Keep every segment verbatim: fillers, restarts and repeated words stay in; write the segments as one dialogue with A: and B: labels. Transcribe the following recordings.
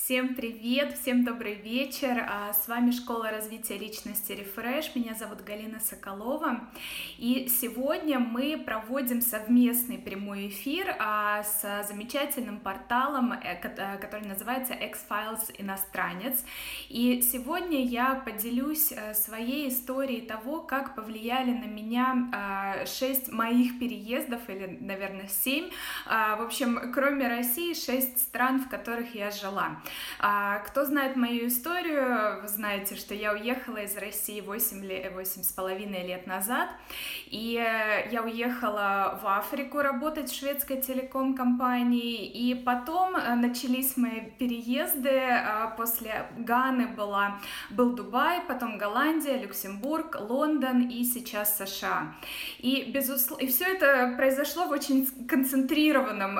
A: Всем привет, всем добрый вечер. С вами Школа развития личности Refresh. Меня зовут Галина Соколова. И сегодня мы проводим совместный прямой эфир с замечательным порталом, который называется X-Files Иностранец. И сегодня я поделюсь своей историей того, как повлияли на меня шесть моих переездов, или, наверное, семь. В общем, кроме России, шесть стран, в которых я жила. Кто знает мою историю, вы знаете, что я уехала из России восемь с половиной лет назад, и я уехала в Африку работать в шведской телеком-компании, и потом начались мои переезды. После Ганы была, был Дубай, потом Голландия, Люксембург, Лондон и сейчас США. И, безусловно, и все это произошло в очень концентрированном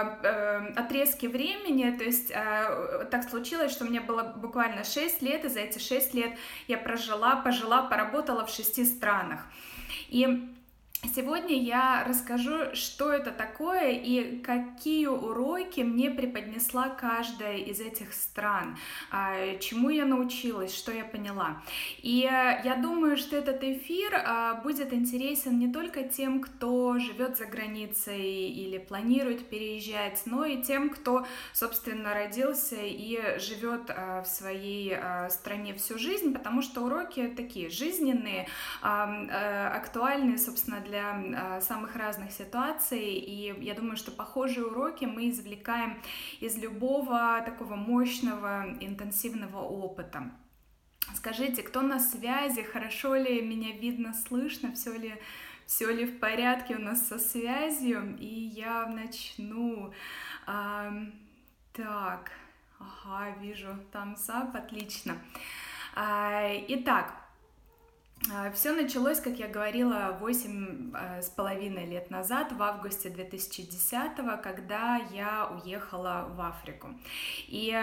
A: отрезке времени, то есть так случилось, что мне было буквально шесть лет, и за эти шесть лет я прожила, пожила, поработала в шести странах. И сегодня я расскажу, что это такое и какие уроки мне преподнесла каждая из этих стран, чему я научилась, что я поняла. И я думаю, что этот эфир будет интересен не только тем, кто живет за границей или планирует переезжать, но и тем, кто, собственно, родился и живет в своей стране всю жизнь, потому что уроки такие жизненные, актуальные, собственно, для для самых разных ситуаций, и я думаю, что похожие уроки мы извлекаем из любого такого мощного, интенсивного опыта. Скажите, кто на связи, хорошо ли меня видно, слышно, все ли, все ли в порядке у нас со связью, и я начну. А, так, ага, вижу, thumbs up, отлично. А, итак, все началось, как я говорила, восемь с половиной лет назад, в августе две тысячи десятого, когда я уехала в Африку. И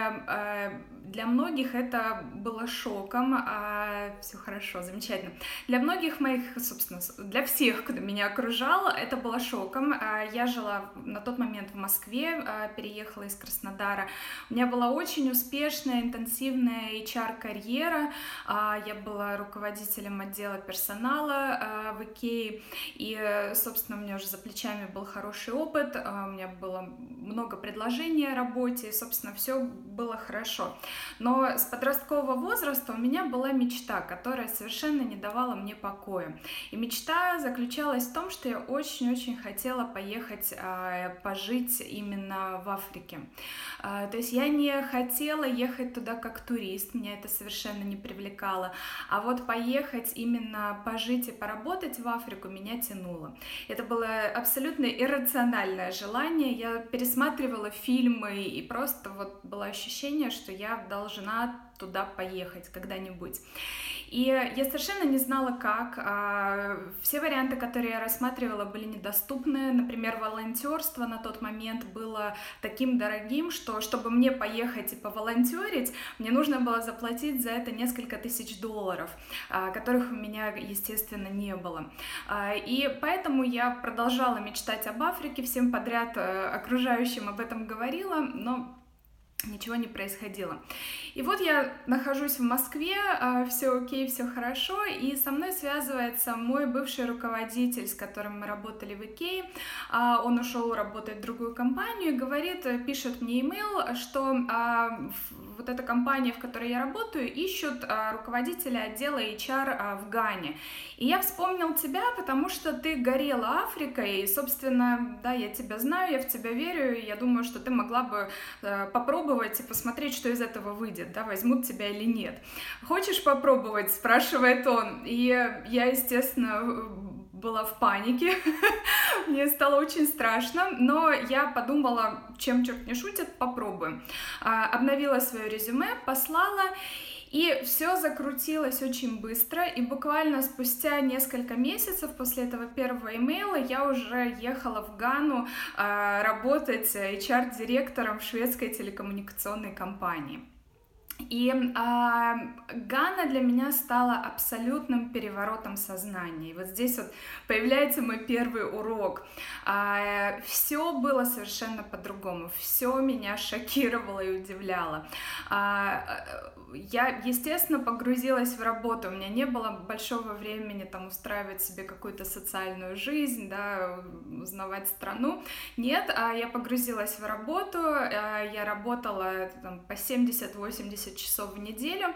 A: для многих это было шоком. Все хорошо, замечательно. Для многих моих, собственно, для всех, кто меня окружал, это было шоком. Я жила на тот момент в Москве, переехала из Краснодара. У меня была очень успешная, интенсивная эйч ар-карьера. Я была руководителем отдела отдела персонала э, в Икее, и, собственно, у меня уже за плечами был хороший опыт, э, у меня было много предложений о работе, и, собственно, все было хорошо. Но с подросткового возраста у меня была мечта, которая совершенно не давала мне покоя. И мечта заключалась в том, что я очень-очень хотела поехать э, пожить именно в Африке. Э, то есть я не хотела ехать туда как турист, меня это совершенно не привлекало, а вот поехать именно пожить и поработать в Африку меня тянуло. Это было абсолютно иррациональное желание. Я пересматривала фильмы, и просто вот было ощущение, что я должна туда поехать когда-нибудь. И я совершенно не знала, как. Все варианты, которые я рассматривала, были недоступны. Например, волонтерство на тот момент было таким дорогим, что чтобы мне поехать и поволонтерить, мне нужно было заплатить за это несколько тысяч долларов, которых у меня, естественно, не было. И поэтому я продолжала мечтать об Африке, всем подряд окружающим об этом говорила, но ничего не происходило. И вот я нахожусь в Москве, все окей, все хорошо, и со мной связывается мой бывший руководитель, с которым мы работали в Икее. Он ушел работать в другую компанию и говорит, пишет мне имейл, что вот эта компания, в которой я работаю, ищут руководителя отдела эйч ар в Гане. И я вспомнил тебя, потому что ты горела Африкой, и, собственно, да, я тебя знаю, я в тебя верю, и я думаю, что ты могла бы попробовать и посмотреть, что из этого выйдет, да, возьмут тебя или нет. Хочешь попробовать? Спрашивает он. И я, естественно, была в панике, мне стало очень страшно, но я подумала, чем черт не шутит, попробуем. Обновила свое резюме, послала, и все закрутилось очень быстро, и буквально спустя несколько месяцев после этого первого имейла я уже ехала в Гану работать эйч ар-директором в шведской телекоммуникационной компании. И а, Гана для меня стала абсолютным переворотом сознания. И вот здесь вот появляется мой первый урок. А, все было совершенно по-другому, все меня шокировало и удивляло. А, я, естественно, погрузилась в работу, у меня не было большого времени там устраивать себе какую-то социальную жизнь, да, узнавать страну. Нет, а я погрузилась в работу, я работала там, по семьдесят-восемьдесят часов в неделю,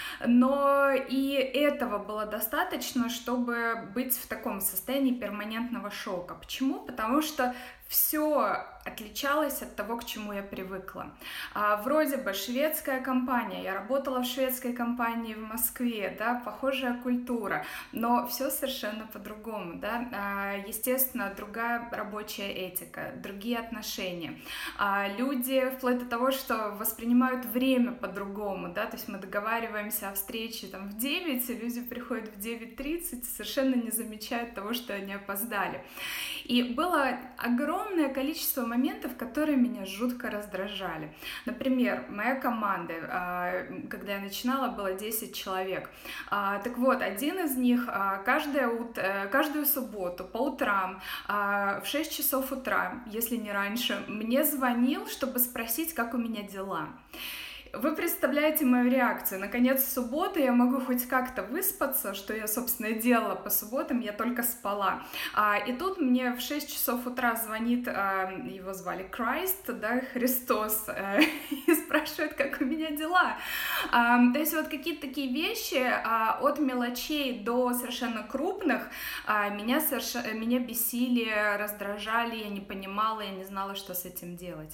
A: но и этого было достаточно, чтобы быть в таком состоянии перманентного шока. Почему? Потому что все отличалось от того, к чему я привыкла. А, вроде бы шведская компания, я работала в шведской компании в Москве, да, похожая культура, но все совершенно по-другому, да, а, естественно, другая рабочая этика, другие отношения. А, люди вплоть до того, что воспринимают время по-другому, да, то есть мы договариваемся о встрече там в девять, и люди приходят в девять тридцать, совершенно не замечают того, что они опоздали. И было огромное количество моментов, которые меня жутко раздражали. Например, моя команда, когда я начинала, было десять человек. Так вот, один из них каждое утро, каждую субботу по утрам в шесть часов утра, если не раньше, мне звонил, чтобы спросить, как у меня дела. Вы представляете мою реакцию. Наконец, субботы я могу хоть как-то выспаться, что я, собственно, делала по субботам, я только спала. А, и тут мне в шесть часов утра звонит, а, его звали Крайст, да, Христос, а, и спрашивает, как у меня дела. А, то есть вот какие-то такие вещи, а, от мелочей до совершенно крупных, а, меня, соверш... меня бесили, раздражали, я не понимала, я не знала, что с этим делать.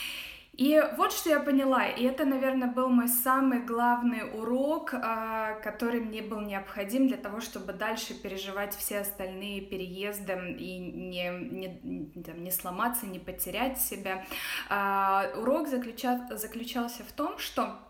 A: И вот что я поняла, и это, наверное, был мой самый главный урок, который мне был необходим для того, чтобы дальше переживать все остальные переезды и не, не, там, не сломаться, не потерять себя. Урок заключал, заключался в том, что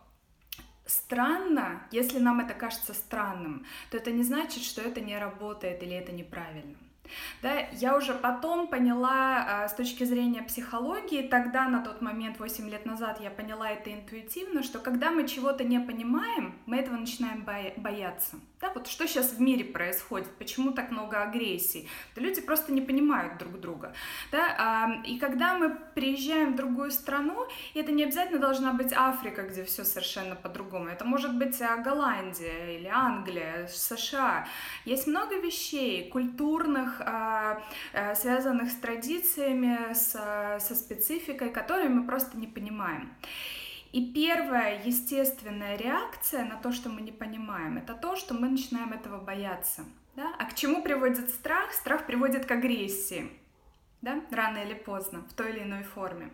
A: странно, если нам это кажется странным, то это не значит, что это не работает или это неправильно. Да, я уже потом поняла а, с точки зрения психологии, тогда на тот момент, восемь лет назад, я поняла это интуитивно, что когда мы чего-то не понимаем, мы этого начинаем боя- бояться. Да, вот что сейчас в мире происходит, почему так много агрессии? Да люди просто не понимают друг друга. Да, а, и когда мы приезжаем в другую страну, и это не обязательно должна быть Африка, где все совершенно по-другому, это может быть Голландия или Англия, США. Есть много вещей культурных, связанных с традициями, с, со спецификой, которые мы просто не понимаем. И первая естественная реакция на то, что мы не понимаем, это то, что мы начинаем этого бояться. Да? А к чему приводит страх? Страх приводит к агрессии, да? Рано или поздно, в той или иной форме.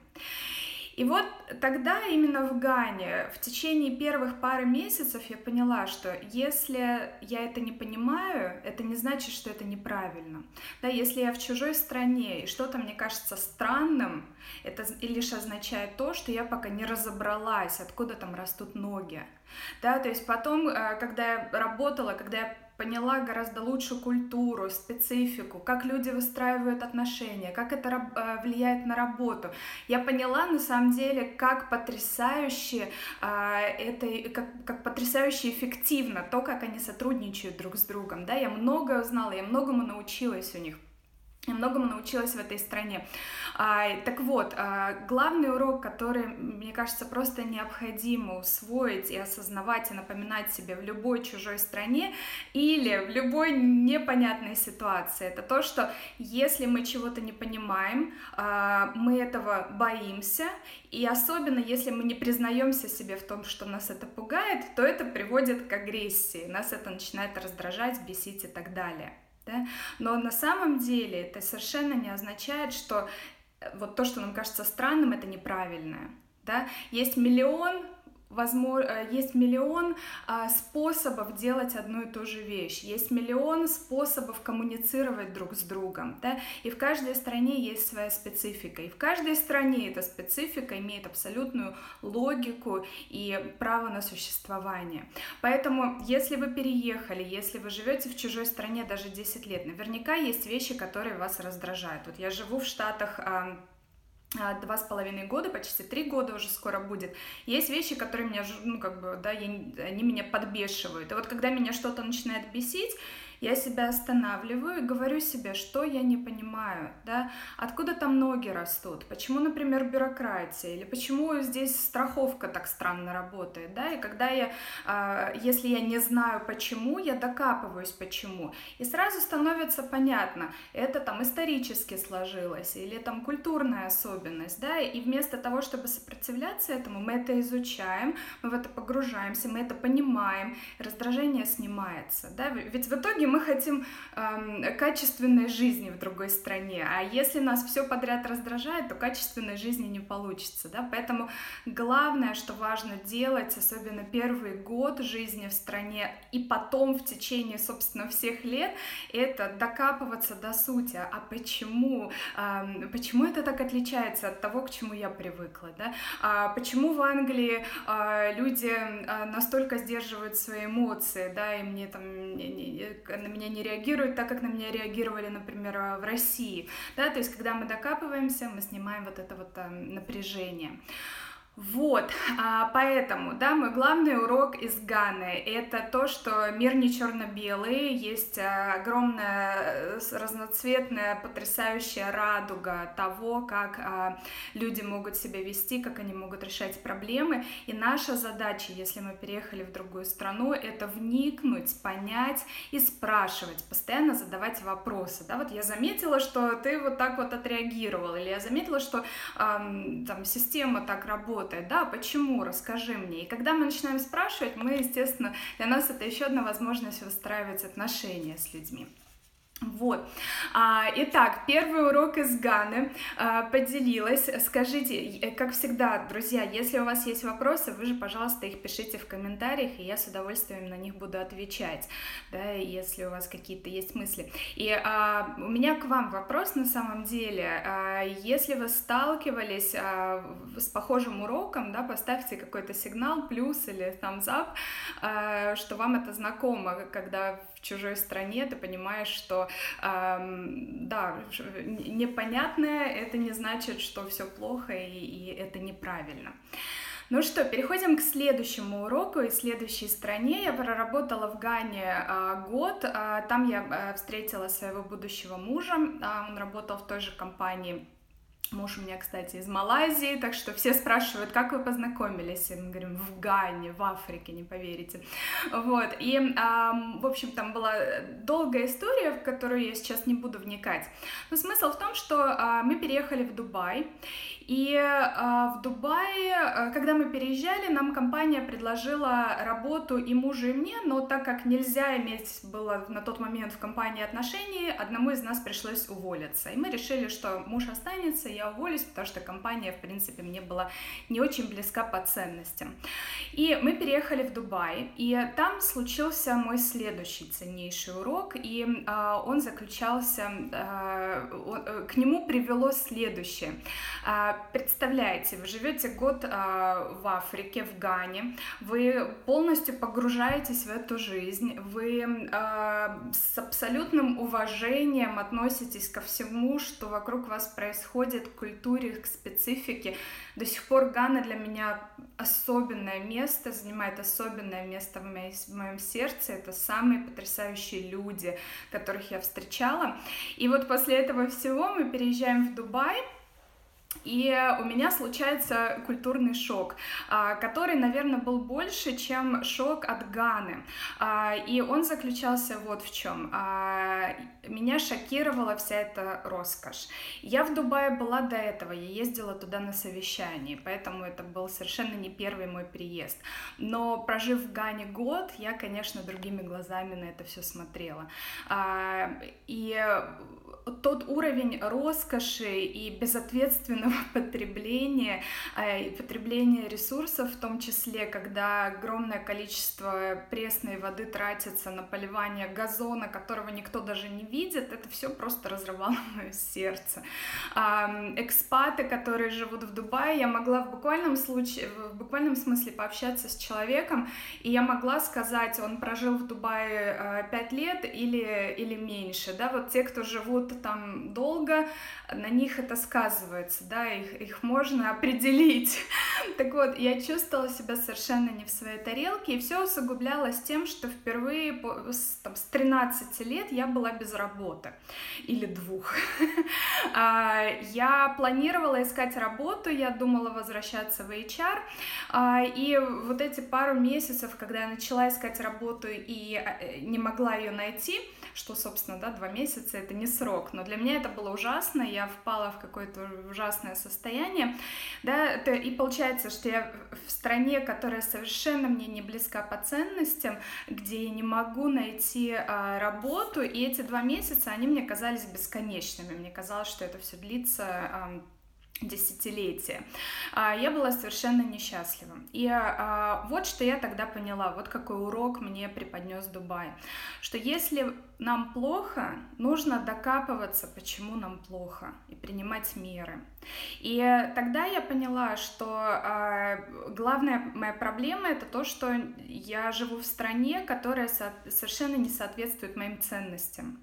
A: И вот тогда именно в Гане в течение первых пары месяцев я поняла, что если я это не понимаю, это не значит, что это неправильно. Да, если я в чужой стране и что-то мне кажется странным, это лишь означает то, что я пока не разобралась, откуда там растут ноги. Да, то есть потом, когда я работала, когда я поняла гораздо лучше культуру, специфику, как люди выстраивают отношения, как это влияет на работу. Я поняла на самом деле, как потрясающе а, это, как, как потрясающе эффективно то, как они сотрудничают друг с другом. Да? Я многое узнала, я многому научилась у них. Я многому научилась в этой стране. А, так вот, а, главный урок, который, мне кажется, просто необходимо усвоить и осознавать, и напоминать себе в любой чужой стране или в любой непонятной ситуации, это то, что если мы чего-то не понимаем, а, мы этого боимся, и особенно если мы не признаемся себе в том, что нас это пугает, то это приводит к агрессии, нас это начинает раздражать, бесить и так далее. Да? Но на самом деле это совершенно не означает, что вот то, что нам кажется странным, это неправильное. Да? Есть миллион, возможно, есть миллион а, способов делать одну и ту же вещь, есть миллион способов коммуницировать друг с другом, да? И в каждой стране есть своя специфика, и в каждой стране эта специфика имеет абсолютную логику и право на существование. Поэтому, если вы переехали, если вы живете в чужой стране даже десять лет, наверняка есть вещи, которые вас раздражают. Вот я живу в Штатах а, два с половиной года, почти три года уже скоро будет. Есть вещи, которые меня, ну, как бы, да, я, они меня подбешивают. И вот когда меня что-то начинает бесить, я себя останавливаю и говорю себе, что я не понимаю, да, откуда там ноги растут, почему, например, бюрократия, или почему здесь страховка так странно работает, да, и когда я, если я не знаю почему, я докапываюсь почему, и сразу становится понятно, это там исторически сложилось, или там культурная особенность, да, и вместо того, чтобы сопротивляться этому, мы это изучаем, мы в это погружаемся, мы это понимаем, раздражение снимается, да, ведь в итоге мы хотим э, качественной жизни в другой стране, а если нас все подряд раздражает, то качественной жизни не получится, да, поэтому главное, что важно делать, особенно первый год жизни в стране и потом в течение, собственно, всех лет, это докапываться до сути, а почему, э, почему это так отличается от того, к чему я привыкла, да, а почему в Англии э, люди э, настолько сдерживают свои эмоции, да, и мне там не, не, на меня не реагируют так, как на меня реагировали, например, в России, да, то есть когда мы докапываемся, мы снимаем вот это вот а, напряжение. Вот, а, поэтому, да, мой главный урок из Ганы — это то, что мир не черно-белый, есть огромная разноцветная потрясающая радуга того, как а, люди могут себя вести, как они могут решать проблемы, и наша задача, если мы переехали в другую страну, это вникнуть, понять и спрашивать, постоянно задавать вопросы, да, вот я заметила, что ты вот так вот отреагировал, или я заметила, что а, там система так работает, да, почему, расскажи мне. И когда мы начинаем спрашивать, мы, естественно, для нас это еще одна возможность выстраивать отношения с людьми. Вот. Итак, первый урок из Ганы, поделилась. Скажите, как всегда, друзья, если у вас есть вопросы, вы же, пожалуйста, их пишите в комментариях, и я с удовольствием на них буду отвечать, да, если у вас какие-то есть мысли. И а, у меня к вам вопрос на самом деле. А, если вы сталкивались а, с похожим уроком, да, поставьте какой-то сигнал, плюс или thumbs up, а, что вам это знакомо, когда в чужой стране ты понимаешь, что эм, да, непонятное, это не значит, что все плохо и, и это неправильно. Ну что, переходим к следующему уроку и следующей стране. Я проработала в Гане а, год, а, там я а, встретила своего будущего мужа, а, он работал в той же компании. Муж у меня, кстати, из Малайзии, так что все спрашивают, как вы познакомились, и мы говорим, в Гане, в Африке, не поверите. Вот, и, эм, в общем, там была долгая история, в которую я сейчас не буду вникать. Но смысл в том, что э, мы переехали в Дубай, и э, в Дубае, э, когда мы переезжали, нам компания предложила работу и мужу, и мне, но так как нельзя иметь было на тот момент в компании отношений, одному из нас пришлось уволиться. И мы решили, что муж останется, я уволюсь, потому что компания, в принципе, мне была не очень близка по ценностям. И мы переехали в Дубай, и там случился мой следующий ценнейший урок, и э, он заключался, э, он, к нему привело следующее. Представляете, вы живете год а, в Африке, в Гане, вы полностью погружаетесь в эту жизнь, вы а, с абсолютным уважением относитесь ко всему, что вокруг вас происходит, к культуре, к специфике. До сих пор Гана для меня особенное место, занимает особенное место в, моей, в моем сердце. Это самые потрясающие люди, которых я встречала. И вот после этого всего мы переезжаем в Дубай, и у меня случается культурный шок, который, наверное, был больше, чем шок от Ганы. И он заключался вот в чем. Меня шокировала вся эта роскошь. Я в Дубае была до этого, я ездила туда на совещание, поэтому это был совершенно не первый мой приезд. Но прожив в Гане год, я, конечно, другими глазами на это все смотрела. И тот уровень роскоши и безответственного потребления, и потребления ресурсов, в том числе, когда огромное количество пресной воды тратится на поливание газона, которого никто даже даже не видят, это все просто разрывало мое сердце. Экспаты, которые живут в Дубае, я могла в буквальном случае, в буквальном смысле пообщаться с человеком, и я могла сказать, он прожил в Дубае пять лет или, или меньше, да, вот те, кто живут там долго, на них это сказывается, да, их, их можно определить. Так вот, я чувствовала себя совершенно не в своей тарелке, и все усугублялось тем, что впервые с, там, с тринадцати лет я была без работы, или двух. Я планировала искать работу, я думала возвращаться в эйч ар, и вот эти пару месяцев, когда я начала искать работу и не могла ее найти, что, собственно, да, два месяца — это не срок, но для меня это было ужасно, я впала в какое-то ужасное состояние, да, это, и получается, что я в стране, которая совершенно мне не близка по ценностям, где я не могу найти а, работу, и эти два месяца, они мне казались бесконечными, мне казалось, что это все длится а, десятилетия. Я была совершенно несчастлива. И а, вот что я тогда поняла, вот какой урок мне преподнес Дубай, что если нам плохо, нужно докапываться, почему нам плохо, и принимать меры. И тогда я поняла, что а, главная моя проблема — это то, что я живу в стране, которая со- совершенно не соответствует моим ценностям.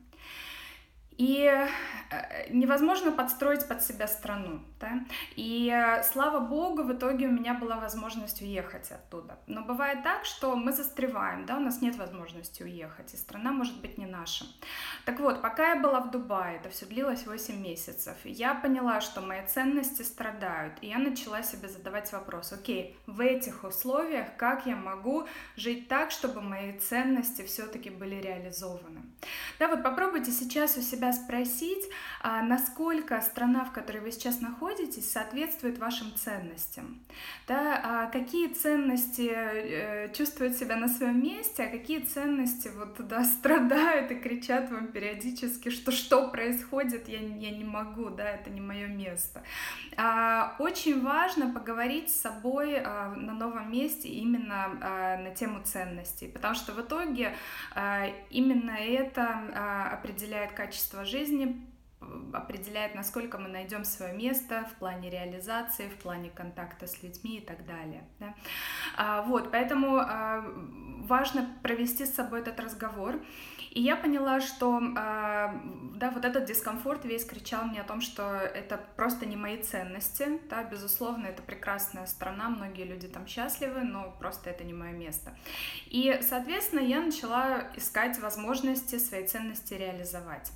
A: И невозможно подстроить под себя страну, да? И слава богу, в итоге у меня была возможность уехать оттуда. Но бывает так, что мы застреваем, да, у нас нет возможности уехать, и страна может быть не наша. Так вот, пока я была в Дубае, это все длилось восемь месяцев, я поняла, что мои ценности страдают, и я начала себе задавать вопрос: окей, в этих условиях как я могу жить так, чтобы мои ценности все-таки были реализованы? Да, вот попробуйте сейчас у себя спросить, а, насколько страна, в которой вы сейчас находитесь, соответствует вашим ценностям. Да, а какие ценности э, чувствуют себя на своем месте, а какие ценности вот, да, страдают и кричат вам периодически, что что происходит, я, я не могу, да, это не мое место. А, очень важно поговорить с собой а, на новом месте именно а, на тему ценностей, потому что в итоге а, именно это а, определяет качество жизни, определяет, насколько мы найдем свое место в плане реализации, в плане контакта с людьми и так далее. Да? А, вот, поэтому а, важно провести с собой этот разговор. И я поняла, что да, вот этот дискомфорт весь кричал мне о том, что это просто не мои ценности. Да, безусловно, это прекрасная страна, многие люди там счастливы, но просто это не мое место. И, соответственно, я начала искать возможности свои ценности реализовать.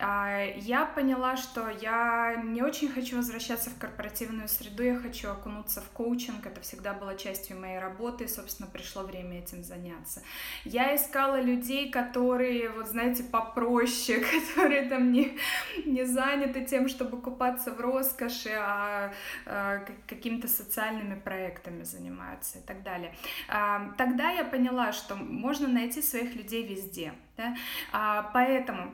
A: Я поняла, что я не очень хочу возвращаться в корпоративную среду, я хочу окунуться в коучинг, это всегда было частью моей работы, и, собственно, пришло время этим заняться. Я искала людей, которые, вот знаете, попроще, которые там не, не заняты тем, чтобы купаться в роскоши, а, а какими-то социальными проектами занимаются и так далее. А, тогда я поняла, что можно найти своих людей везде, да? а, поэтому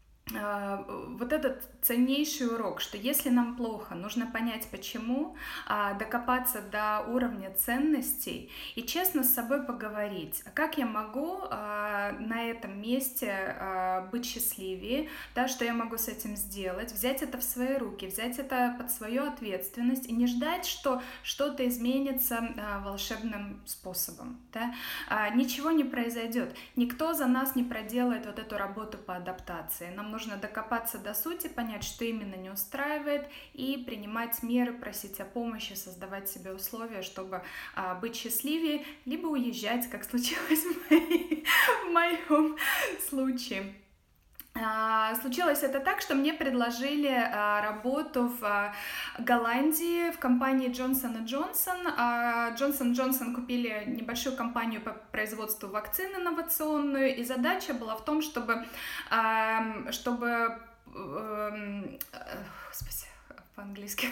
A: вот этот ценнейший урок, что если нам плохо, нужно понять почему, докопаться до уровня ценностей и честно с собой поговорить, как я могу на этом месте быть счастливее, да, что я могу с этим сделать, взять это в свои руки, взять это под свою ответственность и не ждать, что что-то изменится волшебным способом. Да? Ничего не произойдет, никто за нас не проделает вот эту работу по адаптации. Нам нужно докопаться до сути, понять, что именно не устраивает, и принимать меры, просить о помощи, создавать себе условия, чтобы а, быть счастливее, либо уезжать, как случилось в, моей, в моем случае. Случилось это так, что мне предложили работу в Голландии в компании Johnson энд Johnson. Johnson энд Johnson купили небольшую компанию по производству вакцин инновационную, и задача была в том, чтобы, чтобы... Господи, по-английски крутится.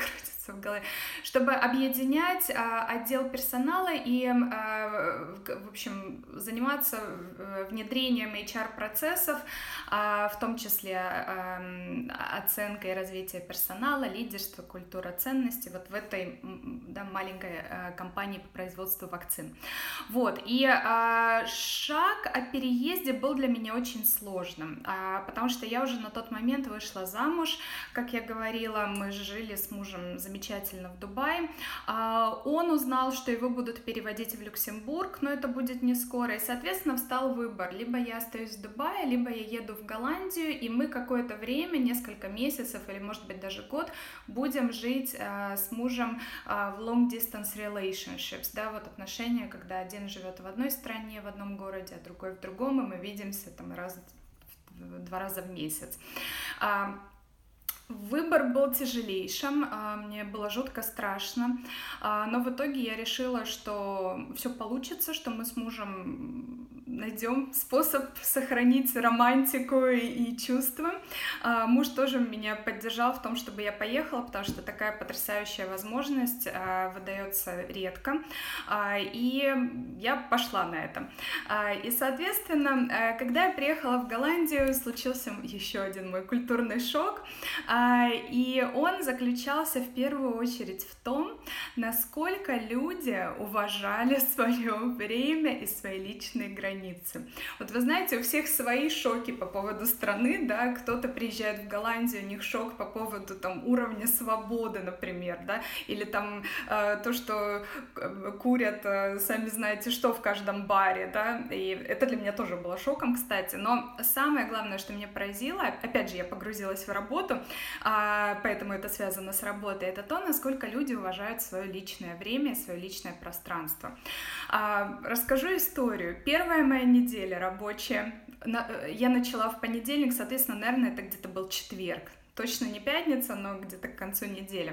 A: крутится в голове, чтобы объединять а, отдел персонала и, а, в общем, заниматься внедрением эйч ар-процессов, а, в том числе а, оценкой развития персонала, лидерства, культура ценностей вот в этой, да, маленькой а, компании по производству вакцин. Вот, и а, шаг о переезде был для меня очень сложным, а, потому что я уже на тот момент вышла замуж, как я говорила, мы жили с мужем замечательно в Дубае. А, он узнал, что его будут переводить в Люксембург, но это будет не скоро, и, соответственно, встал выбор: либо я остаюсь в Дубае, либо я еду в Голландию, и мы какое-то время, несколько месяцев или, может быть, даже год, будем жить а, с мужем а, в long distance relationships, да, вот отношения, когда один живет в одной стране, в одном городе, а другой в другом, и мы видимся там раз, два раза в месяц. А, Выбор был тяжелейшим, мне было жутко страшно, но в итоге я решила, что все получится, что мы с мужем найдем способ сохранить романтику и чувства. Муж тоже меня поддержал в том, чтобы я поехала, потому что такая потрясающая возможность выдается редко, и я пошла на это. И, соответственно, когда я приехала в Голландию, случился еще один мой культурный шок. И он заключался в первую очередь в том, насколько люди уважали свое время и свои личные границы. Вот вы знаете, у всех свои шоки по поводу страны, да, кто-то приезжает в Голландию, у них шок по поводу там уровня свободы, например, да, или там э, то, что курят, э, сами знаете, что в каждом баре, да, и это для меня тоже было шоком, кстати, но самое главное, что меня поразило, опять же, я погрузилась в работу, А, поэтому это связано с работой, это то, насколько люди уважают свое личное время и свое личное пространство. А, расскажу историю. Первая моя неделя рабочая, на, я начала в понедельник, соответственно, наверное, это где-то был четверг. Точно не пятница, но где-то к концу недели.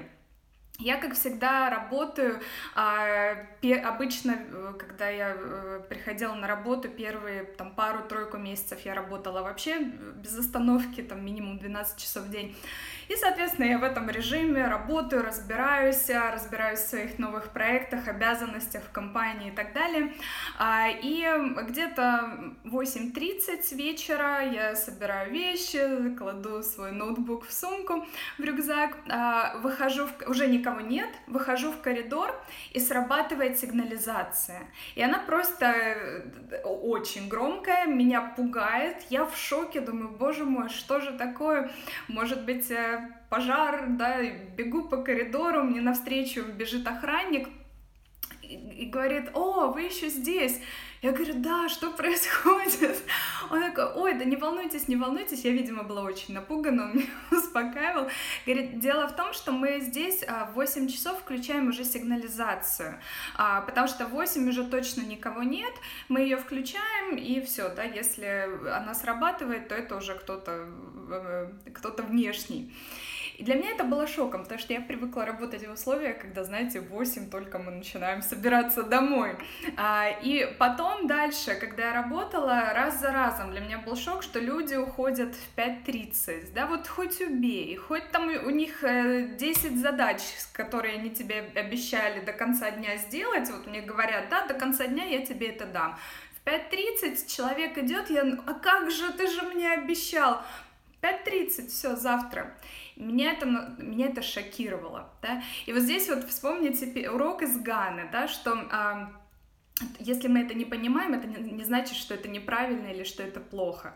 A: Я, как всегда, работаю, а, пе- обычно, когда я э, приходила на работу, первые там, пару-тройку месяцев я работала вообще без остановки, там минимум двенадцать часов в день. И, соответственно, я в этом режиме работаю, разбираюсь, разбираюсь в своих новых проектах, обязанностях в компании и так далее. А, и где-то в восемь тридцать вечера я собираю вещи, кладу свой ноутбук в сумку, в рюкзак, а, выхожу, в... уже никого нет, выхожу в коридор, и срабатывает сигнализация. И она просто очень громкая, меня пугает, я в шоке, думаю, боже мой, что же такое, может быть, пожар, да, бегу по коридору, мне навстречу бежит охранник и, и говорит: о, вы еще здесь. Я говорю: да, что происходит? Он такой: ой, да не волнуйтесь, не волнуйтесь. Я, видимо, была очень напугана, он меня успокаивал. Говорит: дело в том, что мы здесь в восемь часов включаем уже сигнализацию, потому что в восемь уже точно никого нет, мы ее включаем, и все, да, если она срабатывает, то это уже кто-то, кто-то внешний. И для меня это было шоком, потому что я привыкла работать в условиях, когда, знаете, в восемь только мы начинаем собираться домой. И потом дальше, когда я работала, раз за разом для меня был шок, что люди уходят в пять тридцать, да, вот хоть убей, хоть там у них десять задач, которые они тебе обещали до конца дня сделать, вот мне говорят: да, до конца дня я тебе это дам. В пять тридцать человек идет, я: а как же, ты же мне обещал. пять тридцать, все, завтра. Меня это, меня это шокировало, да. И вот здесь вот вспомните урок из Ганы, да, что а, если мы это не понимаем, это не, не значит, что это неправильно или что это плохо.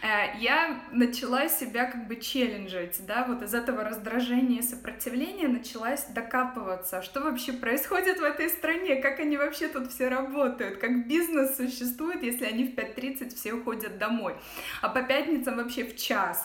A: Я начала себя как бы челленджить, да, вот из этого раздражения и сопротивления началась докапываться, что вообще происходит в этой стране, как они вообще тут все работают, как бизнес существует, если они в пять тридцать все уходят домой, а по пятницам вообще в час.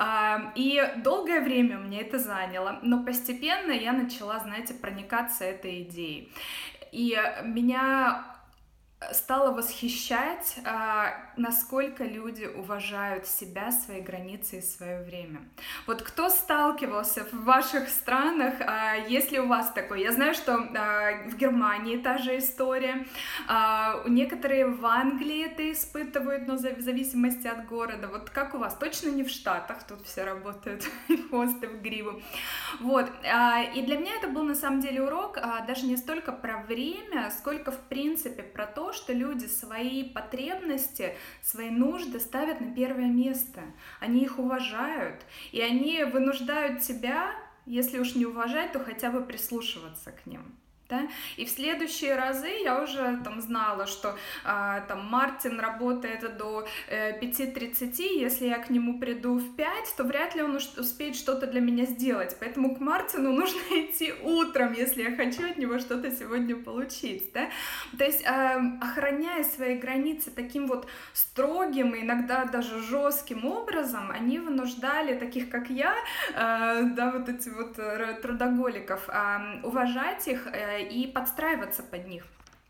A: И долгое время у меня это заняло, но постепенно я начала, знаете, проникаться этой идеей. И меня стала восхищать, а, насколько люди уважают себя, свои границы и свое время. Вот кто сталкивался в ваших странах, а, есть ли у вас такое? Я знаю, что а, в Германии та же история, а, некоторые в Англии это испытывают, но в зависимости от города. Вот как у вас? Точно не в Штатах, тут все работают в хвост и в гриву. Вот, а, и для меня это был на самом деле урок, а, даже не столько про время, сколько в принципе про то, что люди свои потребности, свои нужды ставят на первое место. Они их уважают, и они вынуждают тебя, если уж не уважать, то хотя бы прислушиваться к ним. Да? И в следующие разы я уже там знала, что а, там Мартин работает до э, пяти тридцати, если я к нему приду в пять, то вряд ли он успеет что-то для меня сделать, поэтому к Мартину нужно идти утром, если я хочу от него что-то сегодня получить, да? То есть э, охраняя свои границы таким вот строгим, иногда даже жестким образом, они вынуждали таких, как я, э, да, вот эти вот трудоголиков, э, уважать их э, и подстраиваться под них.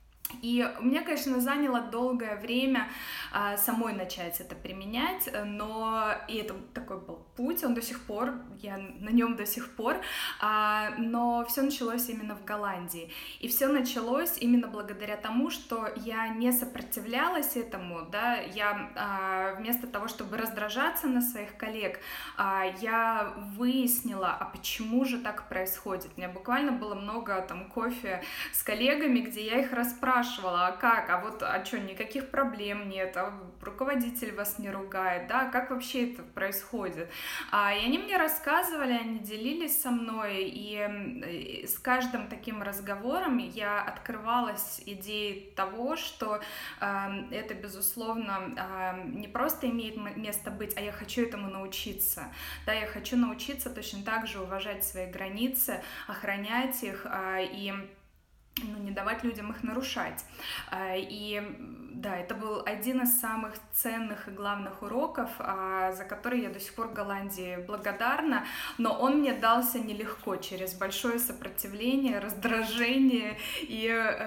A: И у меня, конечно, заняло долгое время а, самой начать это применять, но и это такой был путь, он до сих пор, я на нем до сих пор, а, но все началось именно в Голландии. И все началось именно благодаря тому, что я не сопротивлялась этому, да, я а, вместо того, чтобы раздражаться на своих коллег, а, я выяснила, а почему же так происходит. У меня буквально было много там кофе с коллегами, где я их расспрашивала, спрашивала, а как, а вот, а что, никаких проблем нет, а руководитель вас не ругает, да, как вообще это происходит, а, и они мне рассказывали, они делились со мной, и, и с каждым таким разговором я открывалась идеей того, что э, это, безусловно, э, не просто имеет место быть, а я хочу этому научиться, да, я хочу научиться точно так же уважать свои границы, охранять их э, и ну, не давать людям их нарушать. И да, это был один из самых ценных и главных уроков, за который я до сих пор Голландии благодарна, но он мне дался нелегко, через большое сопротивление, раздражение и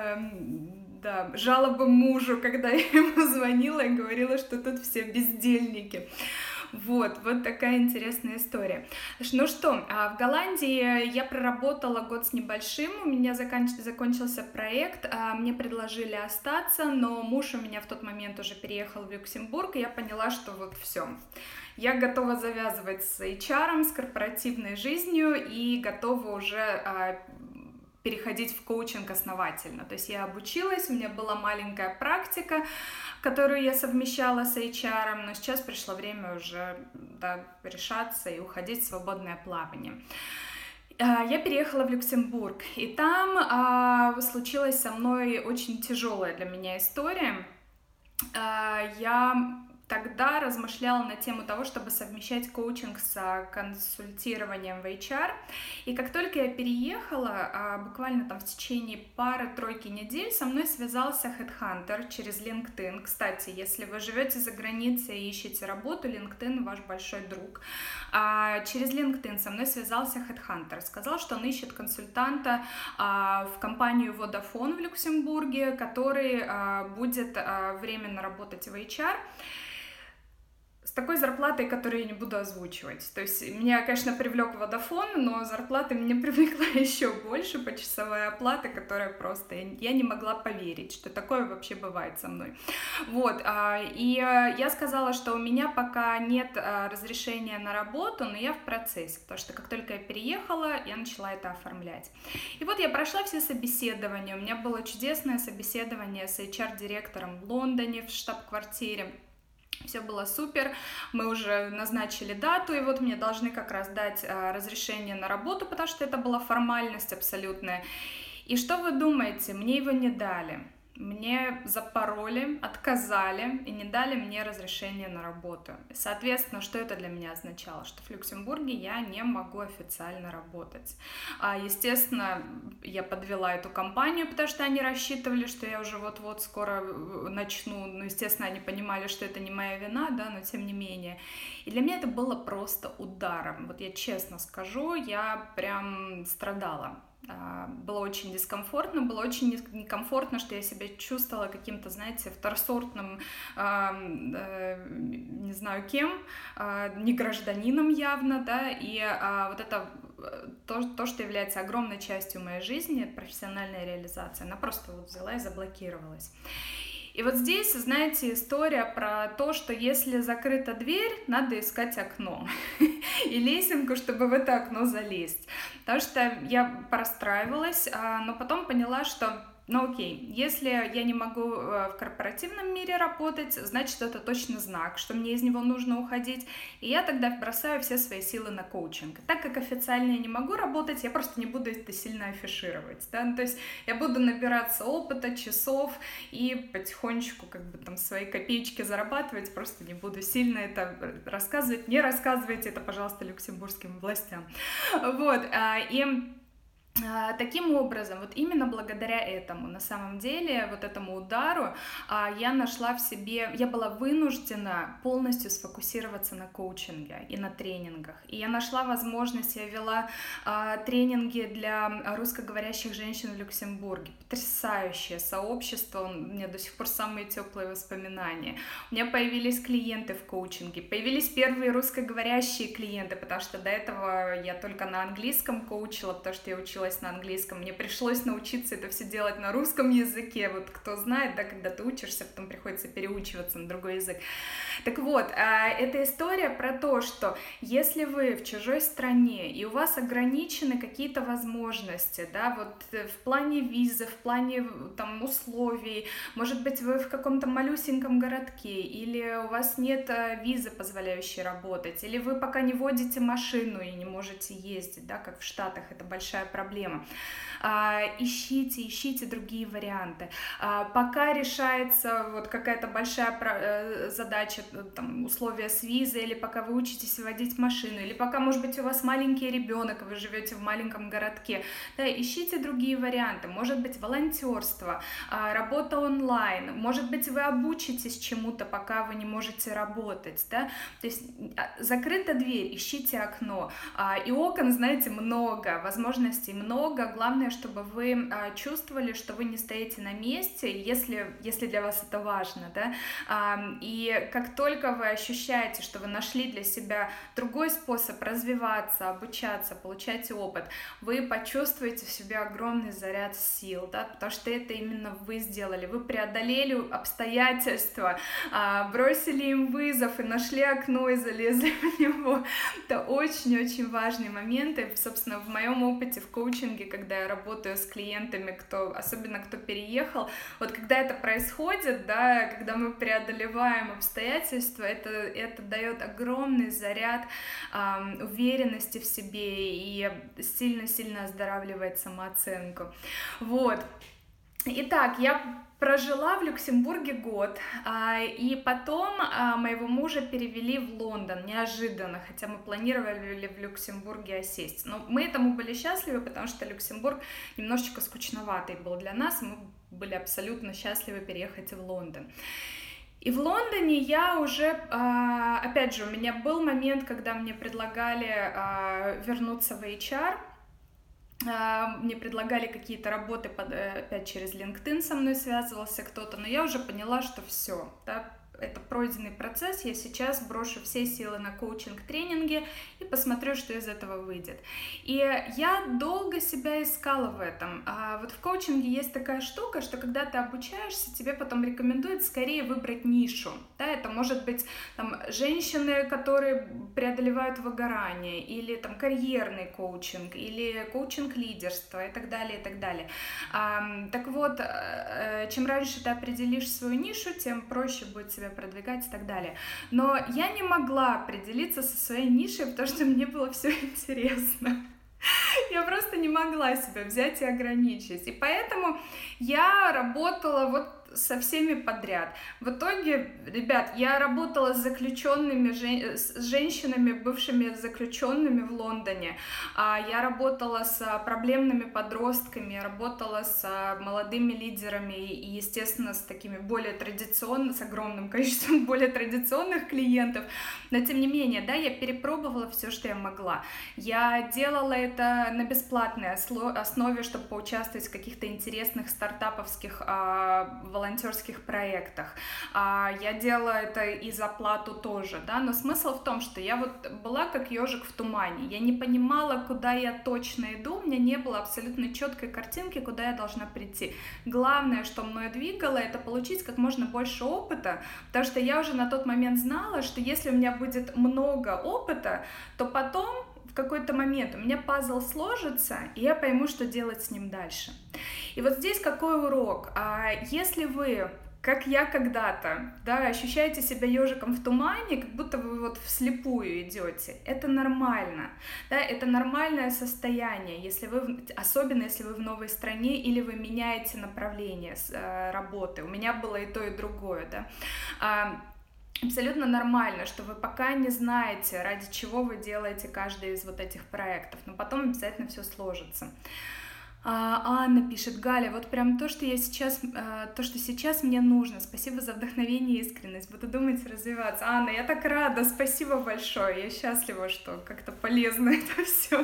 A: да, жалобы мужу, когда я ему звонила и говорила, что тут все бездельники. Вот, вот такая интересная история. Ну что, в Голландии я проработала год с небольшим, у меня закон... закончился проект, мне предложили остаться, но муж у меня в тот момент уже переехал в Люксембург, и я поняла, что вот все. Я готова завязывать с эйч ар, с корпоративной жизнью и готова уже переходить в коучинг основательно. То есть я обучилась, у меня была маленькая практика, которую я совмещала с эйч ар, но сейчас пришло время уже да, решаться и уходить в свободное плавание. Я переехала в Люксембург, и там а, случилась со мной очень тяжелая для меня история. А, я тогда размышляла на тему того, чтобы совмещать коучинг с консультированием в эйч ар. И как только я переехала, буквально там в течение пары-тройки недель со мной связался HeadHunter через LinkedIn. Кстати, если вы живете за границей и ищете работу, LinkedIn ваш большой друг. Через LinkedIn со мной связался HeadHunter. Сказал, что он ищет консультанта в компанию Vodafone в Люксембурге, который будет временно работать в эйч ар. С такой зарплатой, которую я не буду озвучивать. То есть меня, конечно, привлек Vodafone, но зарплата меня привлекла еще больше, почасовая оплата, которая просто... Я не могла поверить, что такое вообще бывает со мной. Вот, и я сказала, что у меня пока нет разрешения на работу, но я в процессе, потому что как только я переехала, я начала это оформлять. И вот я прошла все собеседования, у меня было чудесное собеседование с эйч ар-директором в Лондоне, в штаб-квартире. Все было супер, мы уже назначили дату, и вот мне должны как раз дать а, разрешение на работу, потому что это была формальность абсолютная. И что вы думаете, мне его не дали? Мне запороли, отказали и не дали мне разрешение на работу. Соответственно, что это для меня означало? Что в Люксембурге я не могу официально работать. А, естественно, я подвела эту компанию, потому что они рассчитывали, что я уже вот-вот скоро начну. Ну, естественно, они понимали, что это не моя вина, да, но тем не менее. И для меня это было просто ударом. Вот я честно скажу, я прям страдала. Было очень дискомфортно, было очень некомфортно, что я себя чувствовала каким-то, знаете, второсортным, не знаю кем, не гражданином явно, да, и вот это то, то, что является огромной частью моей жизни, профессиональная реализация, она просто вот взяла и заблокировалась. И вот здесь, знаете, история про то, что если закрыта дверь, надо искать окно и лесенку, чтобы в это окно залезть. Потому что я простраивалась, но потом поняла, что ну окей, если я не могу в корпоративном мире работать, значит это точно знак, что мне из него нужно уходить, и я тогда бросаю все свои силы на коучинг. Так как официально я не могу работать, я просто не буду это сильно афишировать, да? Ну, то есть я буду набираться опыта, часов и потихонечку как бы там свои копеечки зарабатывать, просто не буду сильно это рассказывать, не рассказывайте это, пожалуйста, люксембургским властям. Вот, и таким образом, вот именно благодаря этому, на самом деле, вот этому удару, я нашла в себе, я была вынуждена полностью сфокусироваться на коучинге и на тренингах. И я нашла возможность, я вела тренинги для русскоговорящих женщин в Люксембурге. Потрясающее сообщество, у меня до сих пор самые теплые воспоминания. У меня появились клиенты в коучинге, появились первые русскоговорящие клиенты, потому что до этого я только на английском коучила, потому что я училась на английском, мне пришлось научиться это все делать на русском языке, вот кто знает, да, когда ты учишься, потом приходится переучиваться на другой язык. Так вот, эта история про то, что если вы в чужой стране, и у вас ограничены какие-то возможности, да, вот в плане визы, в плане там условий, может быть, вы в каком-то малюсеньком городке, или у вас нет визы, позволяющей работать, или вы пока не водите машину и не можете ездить, да, как в Штатах, это большая проблема. Ищите, ищите другие варианты. Пока решается вот какая-то большая задача, там, условия с визой, или пока вы учитесь водить машину, или пока, может быть, у вас маленький ребенок, вы живете в маленьком городке, да, ищите другие варианты. Может быть, волонтерство, работа онлайн, может быть, вы обучитесь чему-то, пока вы не можете работать, да, то есть закрыта дверь, ищите окно, и окон, знаете, много, возможностей много, главное, чтобы вы а, чувствовали, что вы не стоите на месте, если, если для вас это важно, да, а, и как только вы ощущаете, что вы нашли для себя другой способ развиваться, обучаться, получать опыт, вы почувствуете в себе огромный заряд сил, да, потому что это именно вы сделали, вы преодолели обстоятельства, а, бросили им вызов и нашли окно и залезли в него. Это очень-очень важные моменты, собственно, в моем опыте в коучинге, когда я работаю с клиентами, кто, особенно кто переехал, вот когда это происходит, да, когда мы преодолеваем обстоятельства, это, это дает огромный заряд э, уверенности в себе и сильно-сильно оздоравливает самооценку. Вот. Итак, я прожила в Люксембурге год, и потом моего мужа перевели в Лондон неожиданно, хотя мы планировали в Люксембурге осесть. Но мы этому были счастливы, потому что Люксембург немножечко скучноватый был для нас, и мы были абсолютно счастливы переехать в Лондон. И в Лондоне я уже, опять же, у меня был момент, когда мне предлагали вернуться в эйч ар. Мне предлагали какие-то работы, под, опять через LinkedIn со мной связывался кто-то, но я уже поняла, что все, да, это пройденный процесс, я сейчас брошу все силы на коучинг-тренинги и посмотрю, что из этого выйдет. И я долго себя искала в этом. А вот в коучинге есть такая штука, что когда ты обучаешься, тебе потом рекомендуют скорее выбрать нишу. Да, это может быть там, женщины, которые преодолевают выгорание, или там карьерный коучинг, или коучинг лидерства и так далее, и так далее. А, так вот, чем раньше ты определишь свою нишу, тем проще будет себя продвигать и так далее. Но я не могла определиться со своей нишей, потому что мне было все интересно. Я просто не могла себя взять и ограничить. И поэтому я работала вот со всеми подряд. В итоге, ребят, я работала с заключенными, с женщинами, бывшими заключенными в Лондоне, я работала с проблемными подростками, работала с молодыми лидерами и, естественно, с такими более традиционными, с огромным количеством более традиционных клиентов, но тем не менее, да, я перепробовала все, что я могла. Я делала это на бесплатной основе, чтобы поучаствовать в каких-то интересных стартаповских а, волонтерских проектах. А, я делала это и за плату тоже, да, но смысл в том, что я вот была как ежик в тумане, я не понимала, куда я точно иду, у меня не было абсолютно четкой картинки, куда я должна прийти. Главное, что мной двигало, это получить как можно больше опыта, потому что я уже на тот момент знала, что если у меня будет много опыта, то потом в какой-то момент у меня пазл сложится, и я пойму, что делать с ним дальше. И вот здесь какой урок? Если вы, как я когда-то, да, ощущаете себя ежиком в тумане, как будто вы вот вслепую идете, это нормально, да, это нормальное состояние, если вы, особенно если вы в новой стране или вы меняете направление работы. У меня было и то, и другое, да. Абсолютно нормально, что вы пока не знаете, ради чего вы делаете каждый из вот этих проектов, но потом обязательно все сложится. Анна пишет: Галя, вот прям то, что я сейчас, то, что сейчас мне нужно. Спасибо за вдохновение и искренность. Буду думать, развиваться. Анна, я так рада, спасибо большое. Я счастлива, что как-то полезно это все.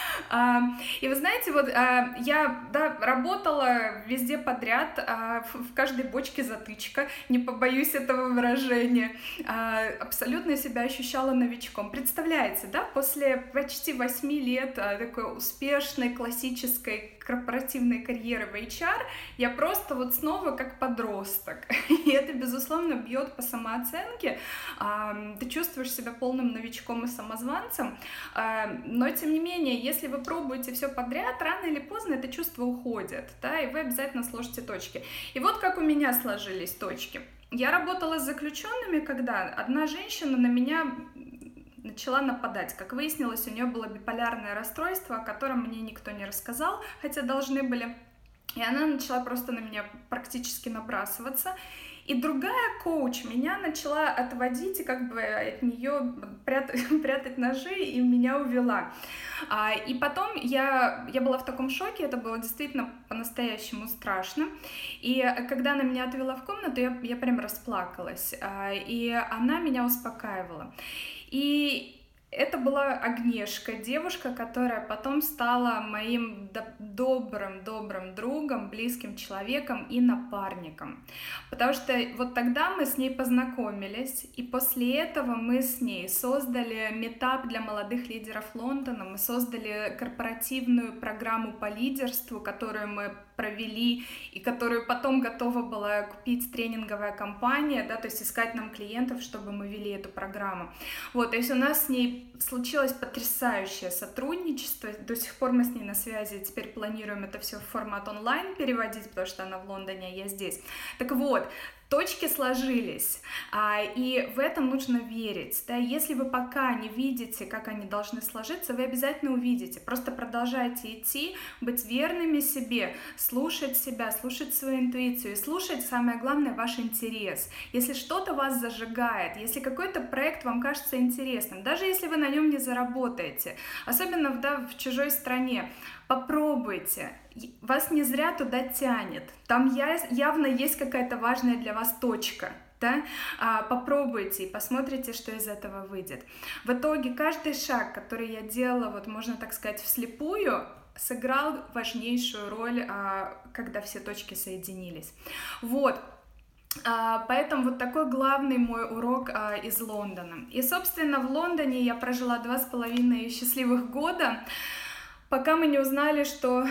A: И вы знаете, вот я, да, работала везде подряд, в каждой бочке затычка, не побоюсь этого выражения. Абсолютно себя ощущала новичком. Представляете, да, после почти восьми лет такой успешной, классической, корпоративной карьеры в эйч ар, я просто вот снова как подросток. И это, безусловно, бьет по самооценке. Ты чувствуешь себя полным новичком и самозванцем. Но, тем не менее, если вы пробуете все подряд, рано или поздно это чувство уходит, да, и вы обязательно сложите точки. И вот как у меня сложились точки. Я работала с заключенными, когда одна женщина на меня начала нападать. Как выяснилось, у нее было биполярное расстройство, о котором мне никто не рассказал, хотя должны были. И она начала просто на меня практически набрасываться. И другая коуч меня начала отводить и как бы от нее прятать, прятать ножи, и меня увела. А, и потом я, я была в таком шоке, это было действительно по-настоящему страшно. И когда она меня отвела в комнату, я, я прям расплакалась. А, и она меня успокаивала. И это была Агнешка, девушка, которая потом стала моим добрым-добрым другом, близким человеком и напарником. Потому что вот тогда мы с ней познакомились, и после этого мы с ней создали митап для молодых лидеров Лондона, мы создали корпоративную программу по лидерству, которую мы провели, и которую потом готова была купить тренинговая компания, да, то есть искать нам клиентов, чтобы мы вели эту программу. Вот, то есть у нас с ней случилось потрясающее сотрудничество, до сих пор мы с ней на связи, теперь планируем это все в формат онлайн переводить, потому что она в Лондоне, а я здесь. Так вот, точки сложились, и в этом нужно верить, да, если вы пока не видите, как они должны сложиться, вы обязательно увидите, просто продолжайте идти, быть верными себе, слушать себя, слушать свою интуицию и слушать, самое главное, ваш интерес. Если что-то вас зажигает, если какой-то проект вам кажется интересным, даже если вы на нем не заработаете, особенно, да, в чужой стране, попробуйте, вас не зря туда тянет, там явно есть какая-то важная для вас точка, да? Попробуйте и посмотрите, что из этого выйдет. В итоге каждый шаг, который я делала, вот можно так сказать, вслепую, сыграл важнейшую роль, когда все точки соединились. Вот. Поэтому вот такой главный мой урок из Лондона. И, собственно, в Лондоне я прожила два с половиной счастливых года, пока мы не узнали, что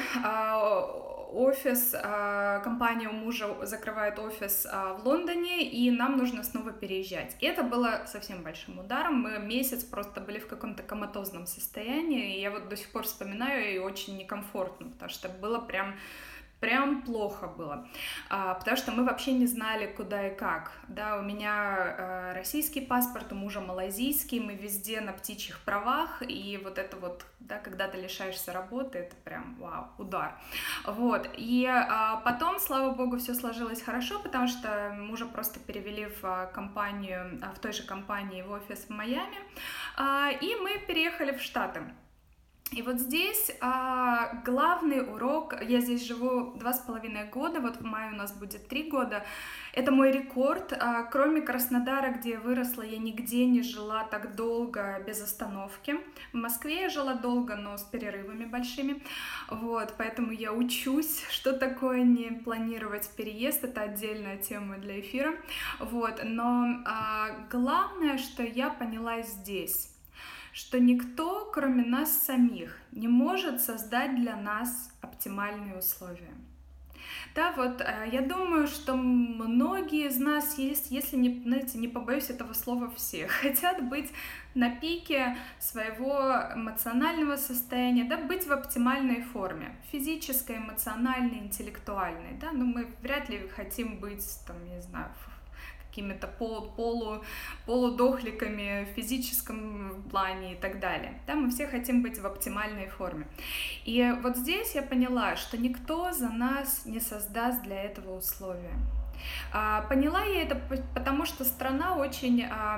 A: офис, компания у мужа закрывает офис в Лондоне, и нам нужно снова переезжать. И это было совсем большим ударом. Мы месяц просто были в каком-то коматозном состоянии, и я вот до сих пор вспоминаю, и очень некомфортно, потому что было прям прям плохо было, а, потому что мы вообще не знали, куда и как. Да, у меня а, российский паспорт, у мужа малайзийский, мы везде на птичьих правах, и вот это вот, да, когда ты лишаешься работы, это прям, вау, удар. Вот, и а, потом, слава богу, все сложилось хорошо, потому что мужа просто перевели в а, компанию, а, в той же компании в офис в Майами, а, и мы переехали в Штаты. И вот здесь а, главный урок, я здесь живу два с половиной года, вот в мае у нас будет три года, это мой рекорд, а, кроме Краснодара, где я выросла, я нигде не жила так долго без остановки. В Москве я жила долго, но с перерывами большими, вот, поэтому я учусь, что такое не планировать переезд, это отдельная тема для эфира, вот, но а, главное, что я поняла здесь, что никто, кроме нас самих, не может создать для нас оптимальные условия. Да, вот я думаю, что многие из нас, если не, знаете, не побоюсь этого слова, все, хотят быть на пике своего эмоционального состояния, да, быть в оптимальной форме, физической, эмоциональной, интеллектуальной, да, но мы вряд ли хотим быть, там, я не знаю, какими-то полу, полу, полудохликами в физическом плане и так далее. Да, мы все хотим быть в оптимальной форме. И вот здесь я поняла, что никто за нас не создаст для этого условия. А, поняла я это потому, что страна очень,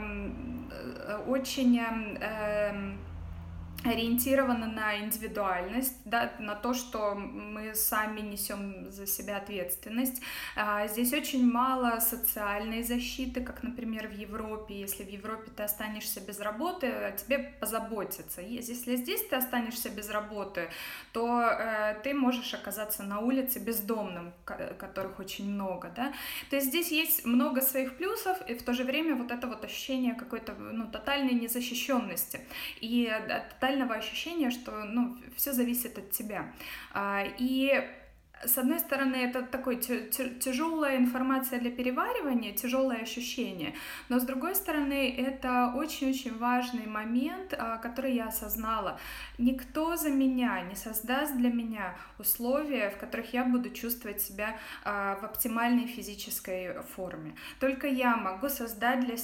A: э, очень э, ориентирована на индивидуальность, да, на то, что мы сами несем за себя ответственность. Здесь очень мало социальной защиты, как, например, в Европе. Если в Европе ты останешься без работы, о тебе позаботятся. Если здесь ты останешься без работы, то э, ты можешь оказаться на улице бездомным, которых очень много, да. То есть здесь есть много своих плюсов, и в то же время вот это вот ощущение какой-то, ну, тотальной незащищенности и тотальной ощущения, что, ну, все зависит от тебя. И с одной стороны, это такой тяжелая информация для переваривания, тяжелое ощущение, но с другой стороны, это очень-очень важный момент, который я осознала. Никто за меня не создаст для меня условия, в которых я буду чувствовать себя в оптимальной физической форме. Только я могу создать для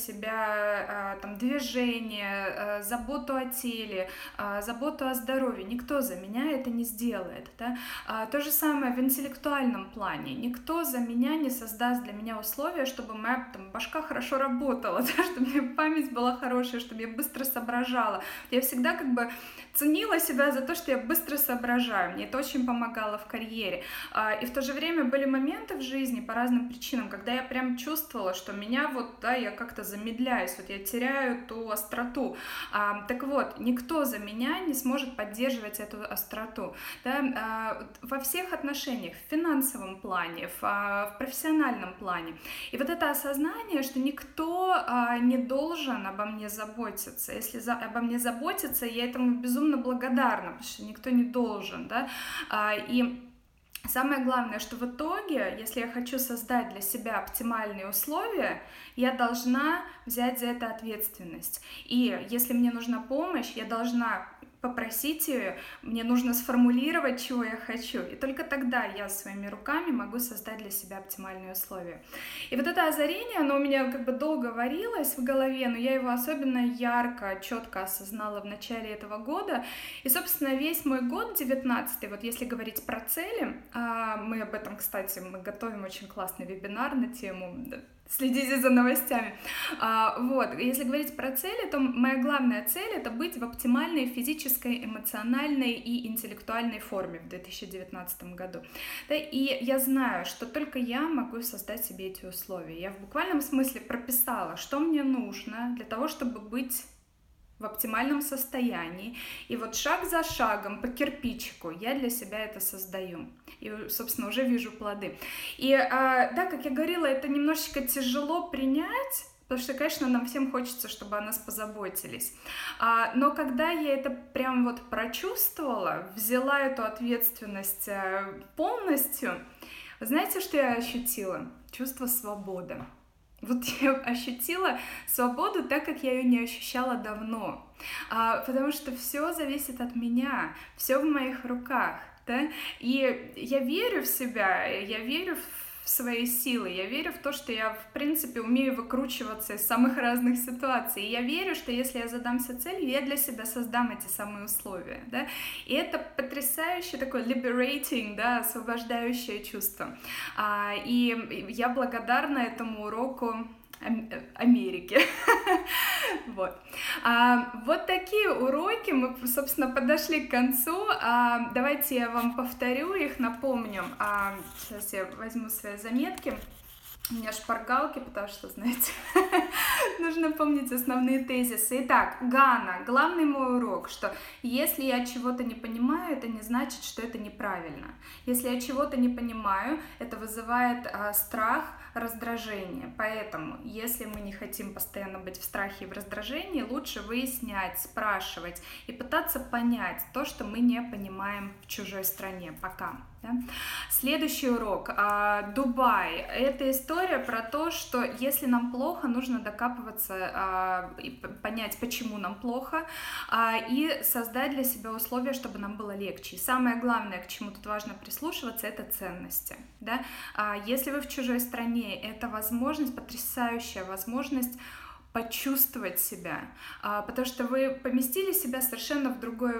A: себя там движение, заботу о теле, заботу о здоровье. Никто за меня это не сделает. Да? То же самое в интеллектуальном плане. Никто за меня не создаст для меня условия, чтобы моя там, башка хорошо работала, да, чтобы у меня память была хорошая, чтобы я быстро соображала. Я всегда как бы ценила себя за то, что я быстро соображаю. Мне это очень помогало в карьере. И в то же время были моменты в жизни по разным причинам, когда я прям чувствовала, что меня вот, да, я как-то замедляюсь, вот я теряю ту остроту. Так вот, никто за меня не сможет поддерживать эту остроту. Да? Во всех отношениях, в финансовом плане, в, в профессиональном плане. И вот это осознание, что никто а, не должен обо мне заботиться. Если за, обо мне заботиться, я этому безумно благодарна, потому что никто не должен, да. А, и самое главное, что в итоге, если я хочу создать для себя оптимальные условия, я должна взять за это ответственность. И если мне нужна помощь, я должна попросить ее, мне нужно сформулировать, чего я хочу. И только тогда я своими руками могу создать для себя оптимальные условия. И вот это озарение, оно у меня как бы долго варилось в голове, но я его особенно ярко, четко осознала в начале этого года. И, собственно, весь мой год девятнадцатый, вот если говорить про цели, мы об этом, кстати, мы готовим очень классный вебинар на тему, следите за новостями. А, вот, если говорить про цели, то моя главная цель — это быть в оптимальной физической, эмоциональной и интеллектуальной форме в две тысячи девятнадцатом году. Да, и я знаю, что только я могу создать себе эти условия. Я в буквальном смысле прописала, что мне нужно для того, чтобы быть в оптимальном состоянии. И вот шаг за шагом, по кирпичику, я для себя это создаю. И, собственно, уже вижу плоды. И, да, как я говорила, это немножечко тяжело принять, потому что, конечно, нам всем хочется, чтобы о нас позаботились. Но когда я это прям вот прочувствовала, взяла эту ответственность полностью, вы знаете, что я ощутила? Чувство свободы. Вот я ощутила свободу так, как я ее не ощущала давно, а, потому что все зависит от меня, все в моих руках. да, и я верю в себя, я верю в свои силы, я верю в то, что я, в принципе, умею выкручиваться из самых разных ситуаций, и я верю, что если я задамся целью, я для себя создам эти самые условия, да, и это потрясающее такое liberating, да, освобождающее чувство, а, и я благодарна этому уроку Америки. Вот. А, вот такие уроки, мы, собственно, подошли к концу. А, давайте я вам повторю их, напомню. А, сейчас я возьму свои заметки. У меня шпаргалки, потому что, знаете, нужно помнить основные тезисы. Итак, Гана, главный мой урок, что если я чего-то не понимаю, это не значит, что это неправильно. Если я чего-то не понимаю, это вызывает а, страх, раздражение. Поэтому, если мы не хотим постоянно быть в страхе и в раздражении, лучше выяснять, спрашивать и пытаться понять то, что мы не понимаем в чужой стране пока. Да? Следующий урок. Дубай. Это история про то, что если нам плохо, нужно докапываться и понять, почему нам плохо, и создать для себя условия, чтобы нам было легче. И самое главное, к чему тут важно прислушиваться, это ценности. Да? Если вы в чужой стране, это возможность, потрясающая возможность почувствовать себя, потому что вы поместили себя совершенно в другой,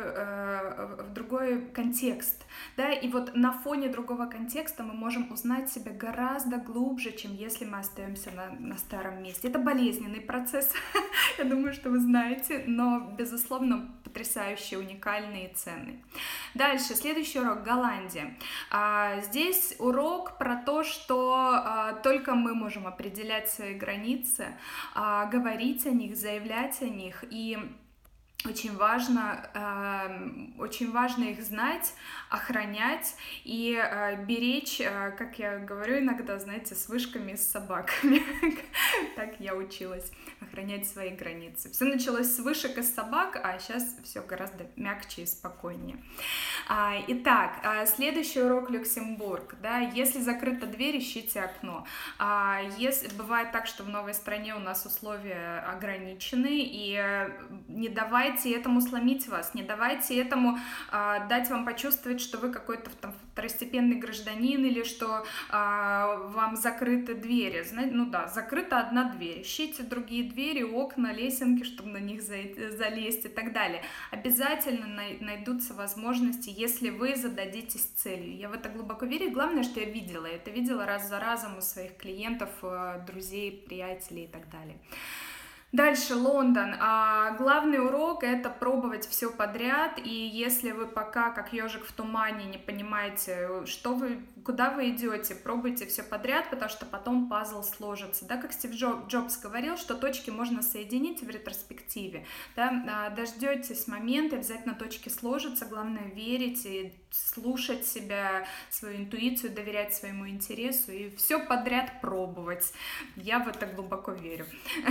A: в другой контекст, да, и вот на фоне другого контекста мы можем узнать себя гораздо глубже, чем если мы остаемся на, на старом месте. Это болезненный процесс, я думаю, что вы знаете, но, безусловно, потрясающий, уникальный и ценный. Дальше, следующий урок — Голландия. Здесь урок про то, что только мы можем определять свои границы, говорить о них, заявлять о них, и очень важно, э, очень важно их знать, охранять и э, беречь, э, как я говорю иногда, знаете, с вышками, с собаками. Так я училась охранять свои границы. Все началось с вышек и с собак, а сейчас все гораздо мягче и спокойнее. А, итак, следующий урок — Люксембург. Да, если закрыта дверь, ищите окно. А, если, бывает так, что в новой стране у нас условия ограничены, и не давайте этому сломить вас, не давайте этому а, дать вам почувствовать, что вы какой-то там второстепенный гражданин, или что а, вам закрыты двери. Знаете, ну да, закрыта одна дверь. Ищите другие двери, окна, лесенки, чтобы на них залезть и так далее. Обязательно найдутся возможности, если вы зададитесь целью. Я в это глубоко верю. Главное, что я видела. Я это видела раз за разом у своих клиентов, друзей, приятелей и так далее. Дальше Лондон. А главный урок — это пробовать все подряд, и если вы пока как ежик в тумане не понимаете, что вы, куда вы идете, пробуйте все подряд, потому что потом пазл сложится. Да, как Стив Джобс говорил, что точки можно соединить в ретроспективе. Да, дождетесь момента, обязательно точки сложатся, главное верить и слушать себя, свою интуицию, доверять своему интересу и все подряд пробовать. Я в это глубоко верю.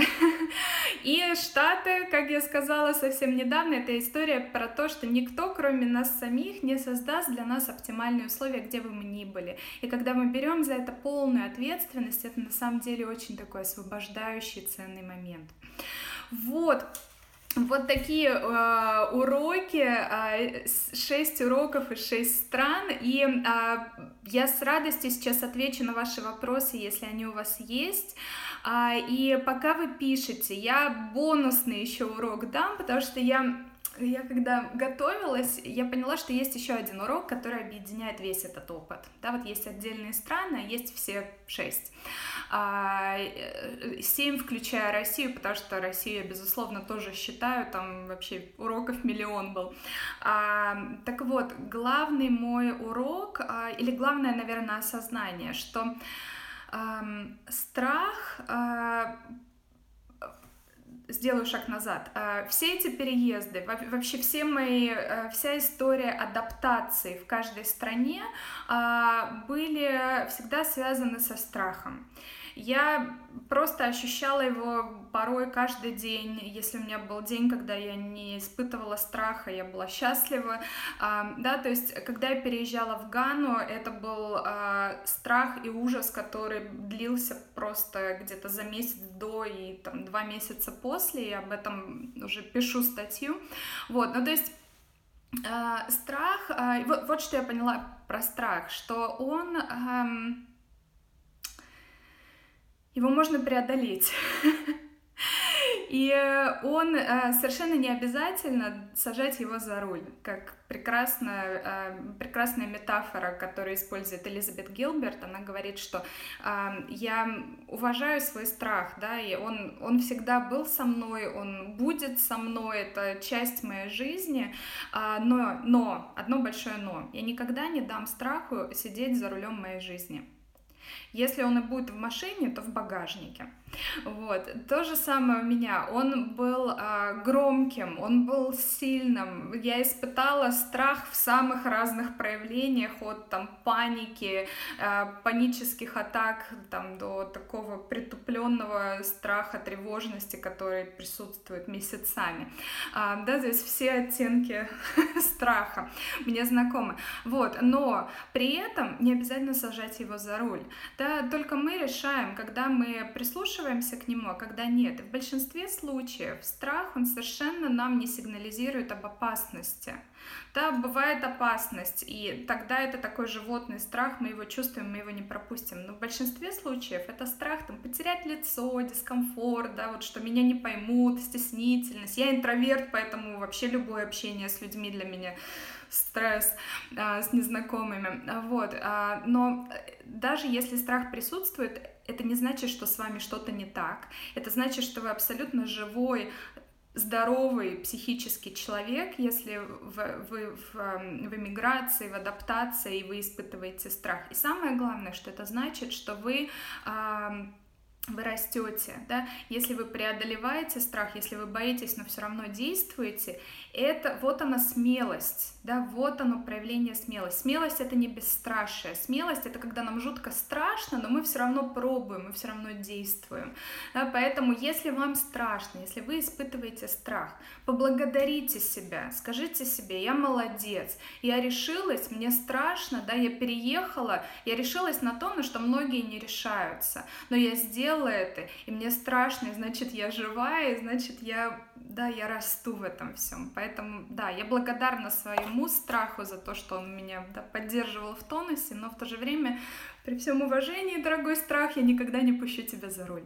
A: И Штаты, как я сказала совсем недавно, это история про то, что никто, кроме нас самих, не создаст для нас оптимальные условия, где бы мы ни были. И когда мы берем за это полную ответственность, это на самом деле очень такой освобождающий, ценный момент. Вот. Вот такие э, уроки, э, шесть уроков из шесть стран, и э, я с радостью сейчас отвечу на ваши вопросы, если они у вас есть. А, и пока вы пишете, я бонусный еще урок дам, потому что я, я когда готовилась, я поняла, что есть еще один урок, который объединяет весь этот опыт. Да, вот есть отдельные страны, а есть все шесть. А, семь, включая Россию, потому что Россию я, безусловно, тоже считаю, там вообще уроков миллион был. А, так вот, главный мой урок, а, или главное, наверное, осознание, что Um, страх, uh, сделаю шаг назад, uh, все эти переезды, вообще все мои, uh, вся история адаптации в каждой стране uh, были всегда связаны со страхом. Я просто ощущала его порой каждый день. Если у меня был день, когда я не испытывала страха, я была счастлива. А, да, то есть, когда я переезжала в Гану, это был а, страх и ужас, который длился просто где-то за месяц до и там, два месяца после. Я об этом уже пишу статью. Вот, ну то есть э, страх, э, вот, вот что я поняла про страх, что он, э, его можно преодолеть. И он э, совершенно не обязательно сажать его за руль, как прекрасная, э, прекрасная метафора, которую использует Элизабет Гилберт. Она говорит, что э, я уважаю свой страх, да, и он, он всегда был со мной, он будет со мной, это часть моей жизни, э, но, но, одно большое но, я никогда не дам страху сидеть за рулем моей жизни. Если он и будет в машине, то в багажнике. Вот. То же самое у меня. Он был э, громким, он был сильным. Я испытала страх в самых разных проявлениях, от там, паники, э, панических атак там, до такого притупленного страха, тревожности, который присутствует месяцами. Э, да, то есть все оттенки страха мне знакомы. Вот. Но при этом не обязательно сажать его за руль. Да, только мы решаем, когда мы прислушиваемся к нему, а когда нет. И в большинстве случаев страх, он совершенно нам не сигнализирует об опасности. Да, бывает опасность, и тогда это такой животный страх, мы его чувствуем, мы его не пропустим. Но в большинстве случаев это страх там, потерять лицо, дискомфорт, да, вот, что меня не поймут, стеснительность. Я интроверт, поэтому вообще любое общение с людьми для меня стресс, а, с незнакомыми. Вот. А, но даже если страх присутствует, это не значит, что с вами что-то не так. Это значит, что вы абсолютно живой, здоровый психический человек, если вы, вы в, в эмиграции, в адаптации, и вы испытываете страх. И самое главное, что это значит, что вы... А, вы растете, да, если вы преодолеваете страх, если вы боитесь, но все равно действуете, это вот она смелость, да, вот оно проявление смелости. Смелость — это не бесстрашие, смелость — это когда нам жутко страшно, но мы все равно пробуем, мы все равно действуем, да, поэтому если вам страшно, если вы испытываете страх, поблагодарите себя, скажите себе: я молодец, я решилась, мне страшно, да, я переехала, я решилась на то, на что многие не решаются, но я сделала это, и мне страшно, и значит, я живая, и значит, я, да, я расту в этом всем. Поэтому, да, я благодарна своему страху за то, что он меня, да, поддерживал в тонусе, но в то же время, при всем уважении, дорогой страх, я никогда не пущу тебя за руль.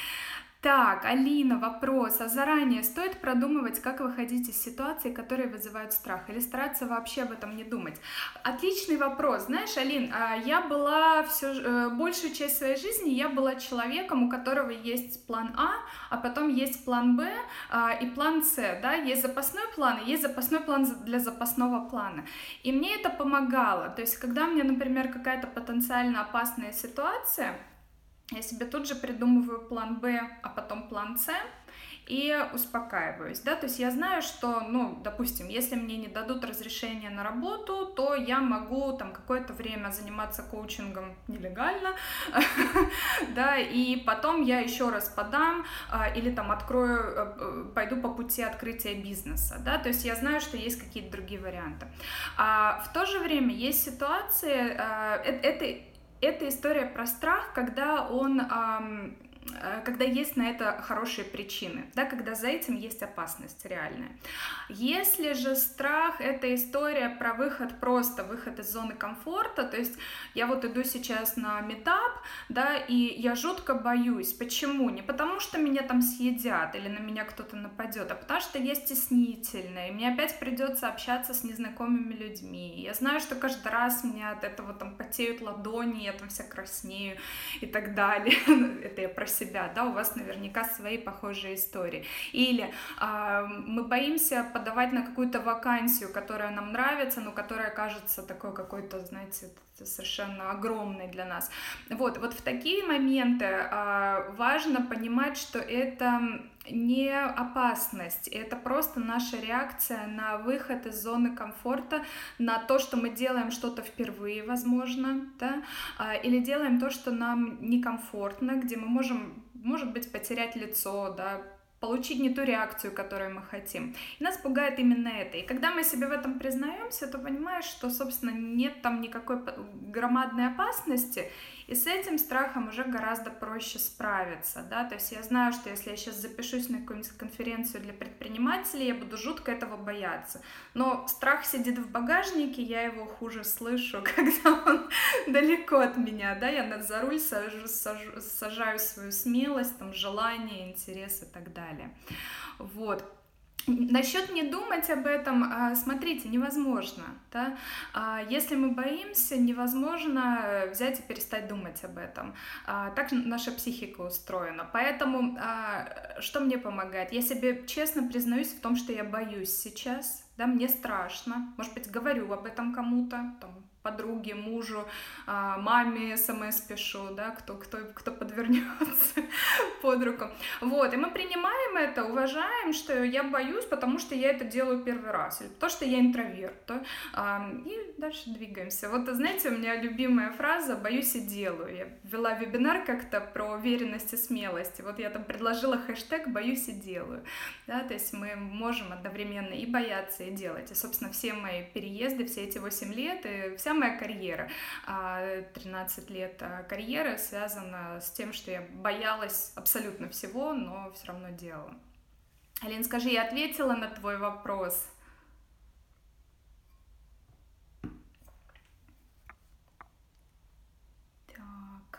A: Так, Алина, вопрос. А заранее стоит продумывать, как выходить из ситуаций, которые вызывают страх, или стараться вообще об этом не думать? Отличный вопрос. Знаешь, Алин, я была всю, большую часть своей жизни, я была человеком, у которого есть план А, а потом есть план Б и план С. Да? Есть запасной план, и есть запасной план для запасного плана. И мне это помогало. То есть, когда у меня, например, какая-то потенциально опасная ситуация, я себе тут же придумываю план Б, а потом план С, и успокаиваюсь, да, то есть я знаю, что, ну, допустим, если мне не дадут разрешение на работу, то я могу там какое-то время заниматься коучингом нелегально, да, и потом я еще раз подам или там открою, пойду по пути открытия бизнеса, да, то есть я знаю, что есть какие-то другие варианты. А в то же время есть ситуации, это Это история про страх, когда он, когда есть на это хорошие причины, да, когда за этим есть опасность реальная. Если же страх — это история про выход, просто выход из зоны комфорта, то есть я вот иду сейчас на митап, да, и я жутко боюсь. Почему? Не потому, что меня там съедят или на меня кто-то нападет, а потому что я стеснительная, и мне опять придется общаться с незнакомыми людьми. Я знаю, что каждый раз у меня от этого там потеют ладони, я там вся краснею и так далее. Это я про себя, да, у вас наверняка свои похожие истории. Или э, мы боимся подавать на какую-то вакансию, которая нам нравится, но которая кажется такой какой-то, знаете, совершенно огромной для нас. Вот, вот в такие моменты э, важно понимать, что это не опасность, это просто наша реакция на выход из зоны комфорта, на то, что мы делаем что-то впервые, возможно, да, или делаем то, что нам некомфортно, где мы можем, может быть, потерять лицо, да, получить не ту реакцию, которую мы хотим. И нас пугает именно это. И когда мы себе в этом признаемся, то понимаешь, что, собственно, нет там никакой громадной опасности, И с этим страхом уже гораздо проще справиться, да, то есть я знаю, что если я сейчас запишусь на какую-нибудь конференцию для предпринимателей, я буду жутко этого бояться, но страх сидит в багажнике, я его хуже слышу, когда он далеко от меня, да, я за руль сажу, сажу, сажаю свою смелость, там, желание, интерес и так далее, вот. Насчет не думать об этом, смотрите, невозможно, да? Если мы боимся, невозможно взять и перестать думать об этом. Так наша психика устроена. Поэтому что мне помогает? Я себе честно признаюсь в том, что я боюсь сейчас, да, мне страшно, может быть, говорю об этом кому-то, там, подруге, мужу, маме смс пишу, да, кто, кто, кто подвернется под руку. Вот, и мы принимаем это, уважаем, что я боюсь, потому что я это делаю первый раз, или потому что я интроверт, да, и дальше двигаемся. Вот, знаете, у меня любимая фраза «боюсь и делаю». Я вела вебинар как-то про уверенность и смелость, вот я там предложила хэштег «боюсь и делаю», да, то есть мы можем одновременно и бояться, и делать, и, собственно, все мои переезды, все эти восемь лет, и вся моя карьера, тринадцать лет карьеры связана с тем, что я боялась абсолютно всего, но все равно делала. Алин, скажи, я ответила на твой вопрос? Так.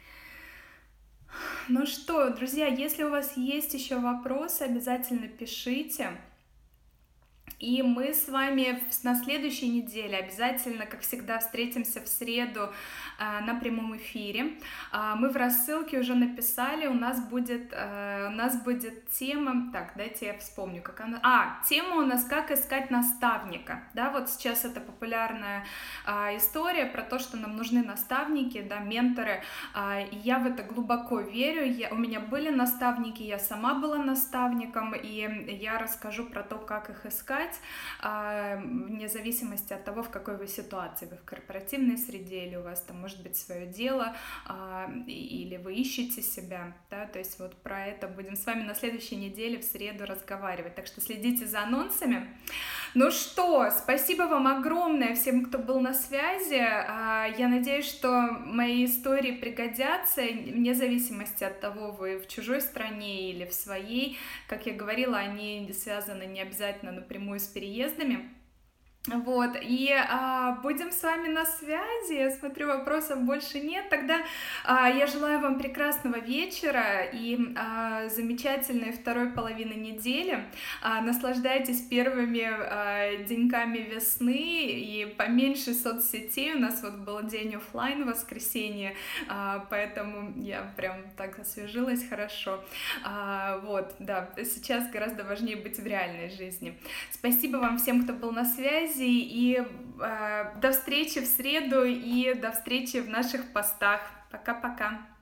A: Ну что, друзья, если у вас есть еще вопросы, обязательно пишите. И мы с вами на следующей неделе обязательно, как всегда, встретимся в среду э, на прямом эфире. Э, мы в рассылке уже написали, у нас будет, э, у нас будет тема, так, дайте я вспомню, как она... А, тема у нас «Как искать наставника». Да, вот сейчас это популярная э, история про то, что нам нужны наставники, да, менторы. Э, и я в это глубоко верю. Я, у меня были наставники, я сама была наставником, и я расскажу про то, как их искать, вне зависимости от того, в какой вы ситуации, вы в корпоративной среде, или у вас там может быть свое дело, или вы ищете себя, да, то есть вот про это будем с вами на следующей неделе в среду разговаривать, так что следите за анонсами. Ну что, спасибо вам огромное всем, кто был на связи, я надеюсь, что мои истории пригодятся, вне зависимости от того, вы в чужой стране или в своей, как я говорила, они связаны не обязательно напрямую с переездами. Вот, и а, будем с вами на связи, я смотрю, вопросов больше нет, тогда а, я желаю вам прекрасного вечера и а, замечательной второй половины недели, а, наслаждайтесь первыми а, деньками весны и поменьше соцсетей, у нас вот был день оффлайн в воскресенье, а, поэтому я прям так освежилась хорошо, а, вот, да, сейчас гораздо важнее быть в реальной жизни. Спасибо вам всем, кто был на связи, и э, до встречи в среду и до встречи в наших постах. Пока-пока.